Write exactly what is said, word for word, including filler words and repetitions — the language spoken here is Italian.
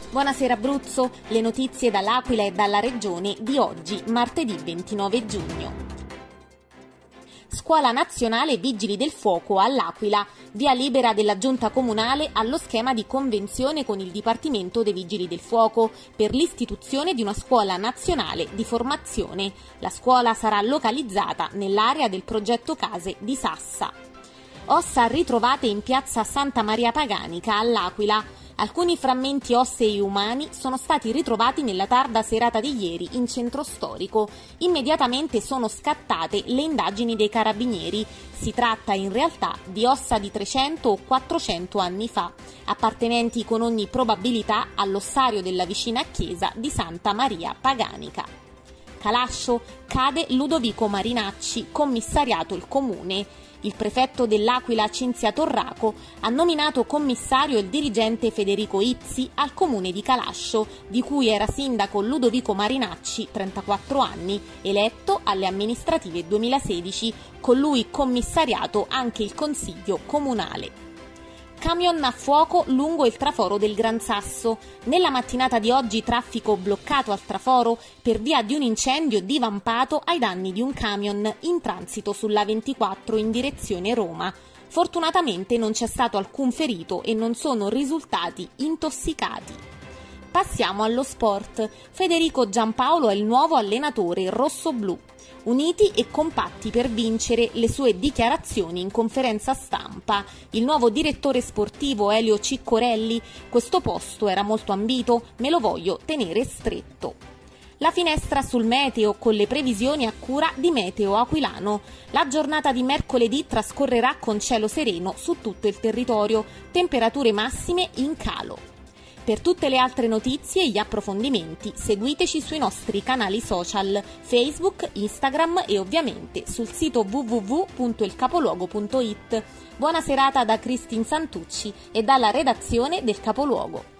Buonasera Abruzzo, le notizie dall'Aquila e dalla Regione di oggi, martedì ventinove giugno. Scuola Nazionale Vigili del Fuoco all'Aquila, via libera della Giunta Comunale allo schema di convenzione con il Dipartimento dei Vigili del Fuoco per l'istituzione di una scuola nazionale di formazione. La scuola sarà localizzata nell'area del progetto Case di Sassa. Ossa ritrovate in piazza Santa Maria Paganica all'Aquila. Alcuni frammenti ossei umani sono stati ritrovati nella tarda serata di ieri in centro storico. Immediatamente sono scattate le indagini dei carabinieri. Si tratta in realtà di ossa di trecento o quattrocento anni fa, appartenenti con ogni probabilità all'ossario della vicina chiesa di Santa Maria Paganica. Calascio, cade Ludovico Marinacci, commissariato il comune. Il prefetto dell'Aquila Cinzia Torraco ha nominato commissario il dirigente Federico Izzi al comune di Calascio, di cui era sindaco Ludovico Marinacci, trentaquattro anni, eletto alle amministrative duemilasedici, con lui commissariato anche il consiglio comunale. Camion a fuoco lungo il traforo del Gran Sasso. Nella mattinata di oggi traffico bloccato al traforo per via di un incendio divampato ai danni di un camion in transito sulla ventiquattro in direzione Roma. Fortunatamente non c'è stato alcun ferito e non sono risultati intossicati. Passiamo allo sport. Federico Giampaolo è il nuovo allenatore rossoblù. Uniti e compatti per vincere, le sue dichiarazioni in conferenza stampa. Il nuovo direttore sportivo Elio Ciccorelli: questo posto era molto ambito, me lo voglio tenere stretto. La finestra sul meteo con le previsioni a cura di Meteo Aquilano. La giornata di mercoledì trascorrerà con cielo sereno su tutto il territorio, temperature massime in calo. Per tutte le altre notizie e gli approfondimenti seguiteci sui nostri canali social, Facebook, Instagram e ovviamente sul sito w w w punto il capoluogo punto it. Buona serata da Cristin Santucci e dalla redazione del Capoluogo.